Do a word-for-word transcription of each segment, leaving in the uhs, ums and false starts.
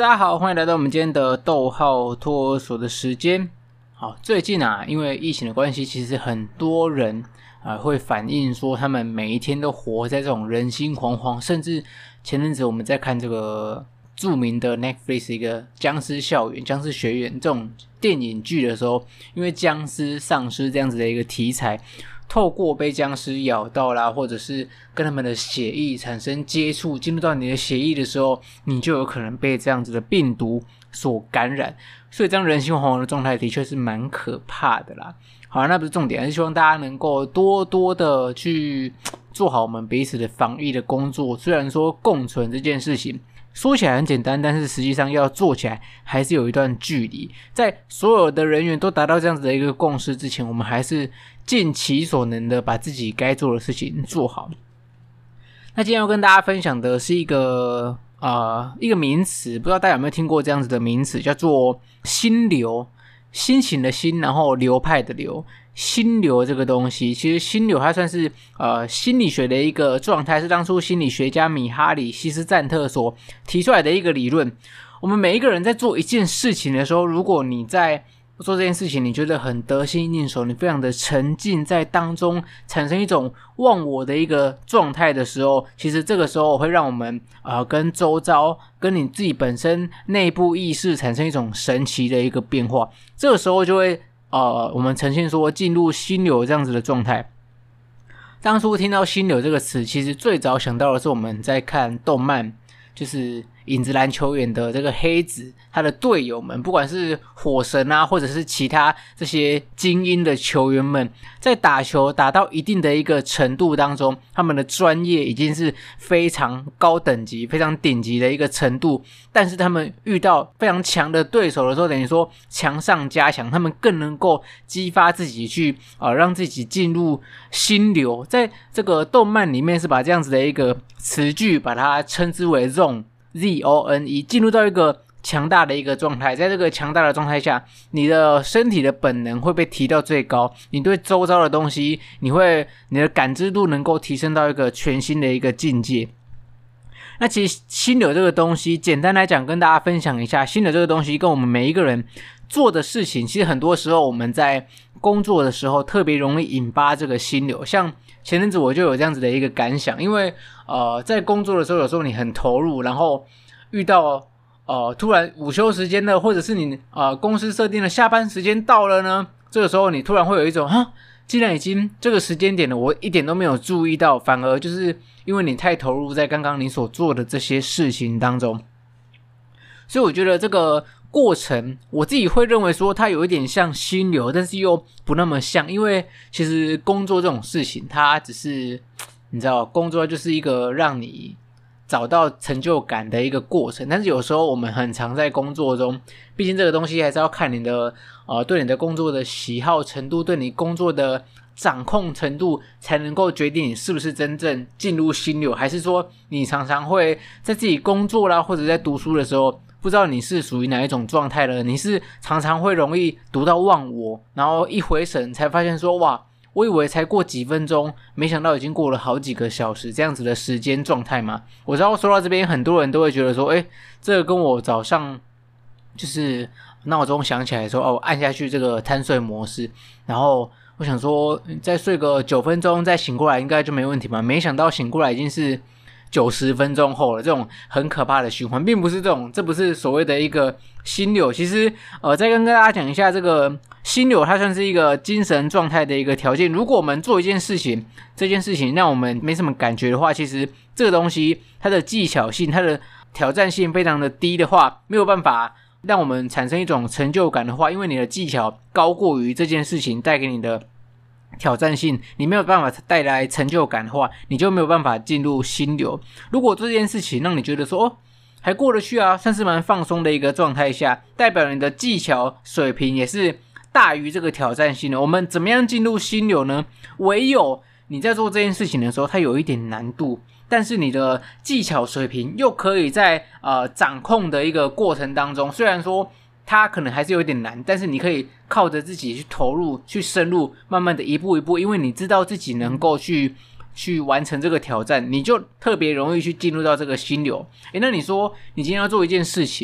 家好，欢迎来到我们今天的逗号托儿所的时间。好，最近啊，因为疫情的关系，其实很多人啊、呃、会反映说，他们每一天都活在这种人心惶惶，甚至前阵子我们在看这个著名的 Netflix 一个僵尸校园、僵尸学院这种电影剧的时候，因为僵尸、丧尸这样子的一个题材，透过被僵尸咬到啦，或者是跟他们的血液产生接触，进入到你的血液的时候，你就有可能被这样子的病毒所感染。所以这样人心惶惶的状态的确是蛮可怕的啦。好，那不是重点，还是希望大家能够多多的去做好我们彼此的防疫的工作。虽然说共存这件事情说起来很简单，但是实际上要做起来还是有一段距离。在所有的人员都达到这样子的一个共识之前，我们还是尽其所能的把自己该做的事情做好。那今天要跟大家分享的是一个呃一个名词，不知道大家有没有听过这样子的名词，叫做心流。心情的心，然后流派的流。心流这个东西，其实心流它算是呃心理学的一个状态，是当初心理学家米哈里希斯赞特所提出来的一个理论。我们每一个人在做一件事情的时候，如果你在做这件事情你觉得很得心应手，你非常的沉浸在当中，产生一种忘我的一个状态的时候，其实这个时候会让我们呃跟周遭跟你自己本身内部意识产生一种神奇的一个变化。这个时候就会呃我们呈现说进入心流这样子的状态。当初听到心流这个词，其实最早想到的是我们在看动漫，就是影子篮球员的这个黑子，他的队友们，不管是火神啊，或者是其他这些精英的球员们，在打球打到一定的一个程度当中，他们的专业已经是非常高等级、非常顶级的一个程度，但是他们遇到非常强的对手的时候，等于说强上加强，他们更能够激发自己去呃让自己进入心流。在这个动漫里面是把这样子的一个词句把它称之为 zone Z O N E， 进入到一个强大的一个状态。在这个强大的状态下，你的身体的本能会被提到最高，你对周遭的东西，你会你的感知度能够提升到一个全新的一个境界。那其实心流这个东西，简单来讲跟大家分享一下，心流这个东西跟我们每一个人做的事情，其实很多时候我们在工作的时候特别容易引发这个心流。像前阵子我就有这样子的一个感想，因为呃在工作的时候有时候你很投入，然后遇到呃突然午休时间了，或者是你呃公司设定的下班时间到了呢，这个时候你突然会有一种哈，既然已经这个时间点了，我一点都没有注意到，反而就是因为你太投入在刚刚你所做的这些事情当中。所以我觉得这个过程我自己会认为说它有一点像心流，但是又不那么像。因为其实工作这种事情，它只是你知道，工作就是一个让你找到成就感的一个过程，但是有时候我们很常在工作中，毕竟这个东西还是要看你的呃对你的工作的喜好程度，对你工作的掌控程度，才能够决定你是不是真正进入心流，还是说你常常会在自己工作啦，或者在读书的时候，不知道你是属于哪一种状态了。你是常常会容易读到忘我，然后一回神才发现说，哇，我以为才过几分钟，没想到已经过了好几个小时，这样子的时间状态嘛。我知道说到这边，很多人都会觉得说，诶，这个跟我早上就是闹钟响起来的时候，哦，按下去这个贪睡模式，然后我想说再睡个九分钟再醒过来应该就没问题嘛。没想到醒过来已经是九十分钟后了，这种很可怕的循环，并不是这种，这不是所谓的一个心流。其实呃再跟大家讲一下，这个心流它算是一个精神状态的一个条件。如果我们做一件事情，这件事情让我们没什么感觉的话，其实这个东西它的技巧性，它的挑战性非常的低的话，没有办法让我们产生一种成就感的话，因为你的技巧高过于这件事情带给你的挑战性，你没有办法带来成就感的话，你就没有办法进入心流。如果这件事情让你觉得说，哦，还过得去啊，算是蛮放松的一个状态下，代表你的技巧水平也是大于这个挑战性的。我们怎么样进入心流呢？唯有你在做这件事情的时候，它有一点难度，但是你的技巧水平又可以在呃掌控的一个过程当中，虽然说它可能还是有点难，但是你可以靠着自己去投入，去深入，慢慢的一步一步，因为你知道自己能够去去完成这个挑战，你就特别容易去进入到这个心流。诶，那你说你今天要做一件事情，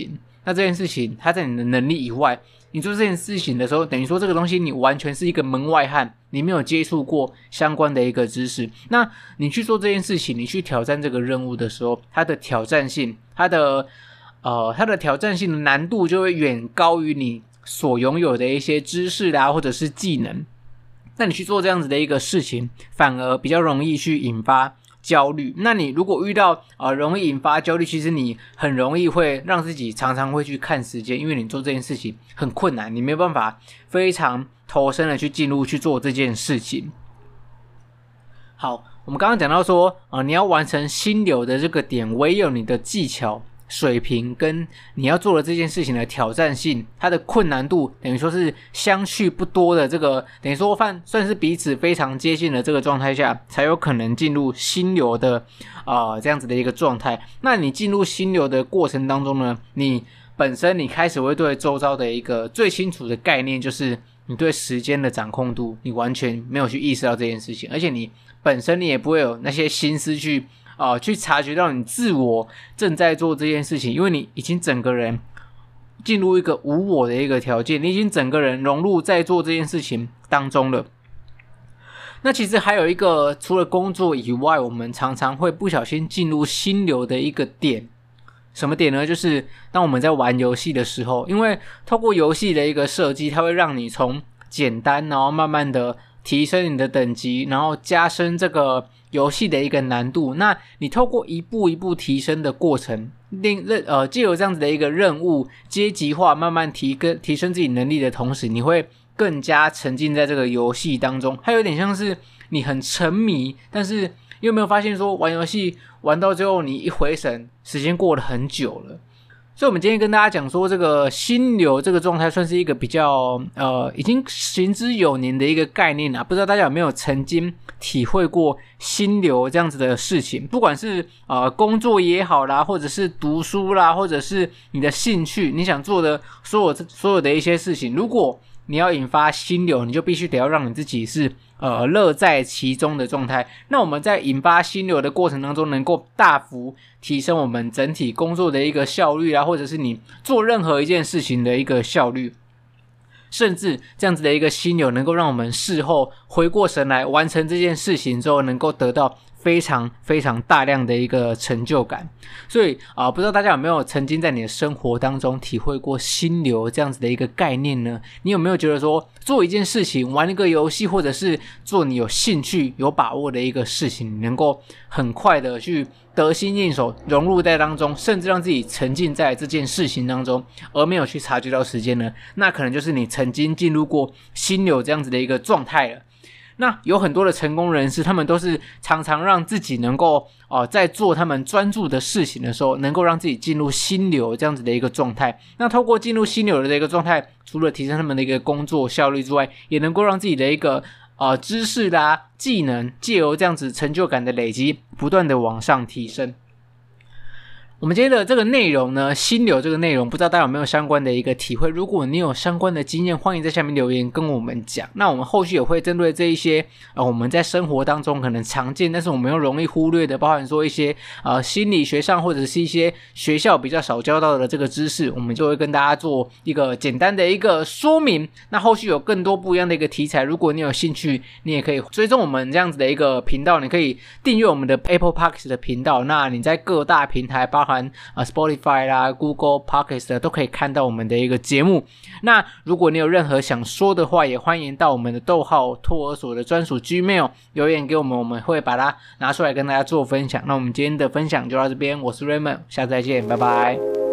那这件事情它在你的能力以外，你做这件事情的时候，等于说这个东西你完全是一个门外汉，你没有接触过相关的一个知识。那你去做这件事情，你去挑战这个任务的时候，它的挑战性，它的呃，它的挑战性的难度就会远高于你所拥有的一些知识啦，或者是技能。那你去做这样子的一个事情，反而比较容易去引发焦虑。那你如果遇到呃容易引发焦虑，其实你很容易会让自己常常会去看时间，因为你做这件事情很困难，你没有办法非常投身的去进入去做这件事情。好，我们刚刚讲到说，呃，你要完成心流的这个点，唯有你的技巧水平跟你要做的这件事情的挑战性，它的困难度等于说是相去不多的，这个等于说算是彼此非常接近的这个状态下，才有可能进入心流的呃这样子的一个状态。那你进入心流的过程当中呢，你本身你开始会对周遭的一个最清楚的概念，就是你对时间的掌控度，你完全没有去意识到这件事情，而且你本身你也不会有那些心思去呃，去察觉到你自我正在做这件事情，因为你已经整个人进入一个无我的一个条件，你已经整个人融入在做这件事情当中了。那其实还有一个，除了工作以外，我们常常会不小心进入心流的一个点。什么点呢？就是当我们在玩游戏的时候，因为透过游戏的一个设计，它会让你从简单，然后慢慢的提升你的等级，然后加深这个游戏的一个难度。那你透过一步一步提升的过程，令呃藉由这样子的一个任务阶级化，慢慢提跟提升自己能力的同时，你会更加沉浸在这个游戏当中。它有点像是你很沉迷，但是你有没有发现说玩游戏玩到最后，你一回神，时间过了很久了。所以我们今天跟大家讲说，这个心流这个状态算是一个比较呃已经行之有年的一个概念啊，不知道大家有没有曾经体会过心流这样子的事情？不管是呃工作也好啦，或者是读书啦，或者是你的兴趣，你想做的所有所有的一些事情，如果你要引发心流，你就必须得要让你自己是呃乐在其中的状态。那我们在引发心流的过程当中，能够大幅提升我们整体工作的一个效率啊，或者是你做任何一件事情的一个效率。甚至这样子的一个心流能够让我们事后回过神来，完成这件事情之后，能够得到非常非常大量的一个成就感。所以啊、呃，不知道大家有没有曾经在你的生活当中体会过心流这样子的一个概念呢？你有没有觉得说做一件事情，玩一个游戏，或者是做你有兴趣有把握的一个事情，你能够很快的去得心应手，融入在当中，甚至让自己沉浸在这件事情当中，而没有去察觉到时间呢？那可能就是你曾经进入过心流这样子的一个状态了。那有很多的成功人士，他们都是常常让自己能够呃在做他们专注的事情的时候，能够让自己进入心流这样子的一个状态。那透过进入心流的一个状态，除了提升他们的一个工作效率之外，也能够让自己的一个呃知识啦、技能，藉由这样子成就感的累积，不断的往上提升。我们今天的这个内容呢，心流这个内容，不知道大家有没有相关的一个体会？如果你有相关的经验，欢迎在下面留言跟我们讲。那我们后续也会针对这一些呃我们在生活当中可能常见，但是我们又容易忽略的，包含说一些呃心理学上或者是一些学校比较少教到的这个知识，我们就会跟大家做一个简单的一个说明。那后续有更多不一样的一个题材，如果你有兴趣，你也可以追踪我们这样子的一个频道，你可以订阅我们的 Apple Podcast 的频道。那你在各大平台，包含啊 Spotify 啦 Google Podcast 都可以看到我们的一个节目。那如果你有任何想说的话，也欢迎到我们的逗号托儿所的专属 Gmail 留言给我们，我们会把它拿出来跟大家做分享。那我们今天的分享就到这边，我是 Raymond， 下次再见，拜拜。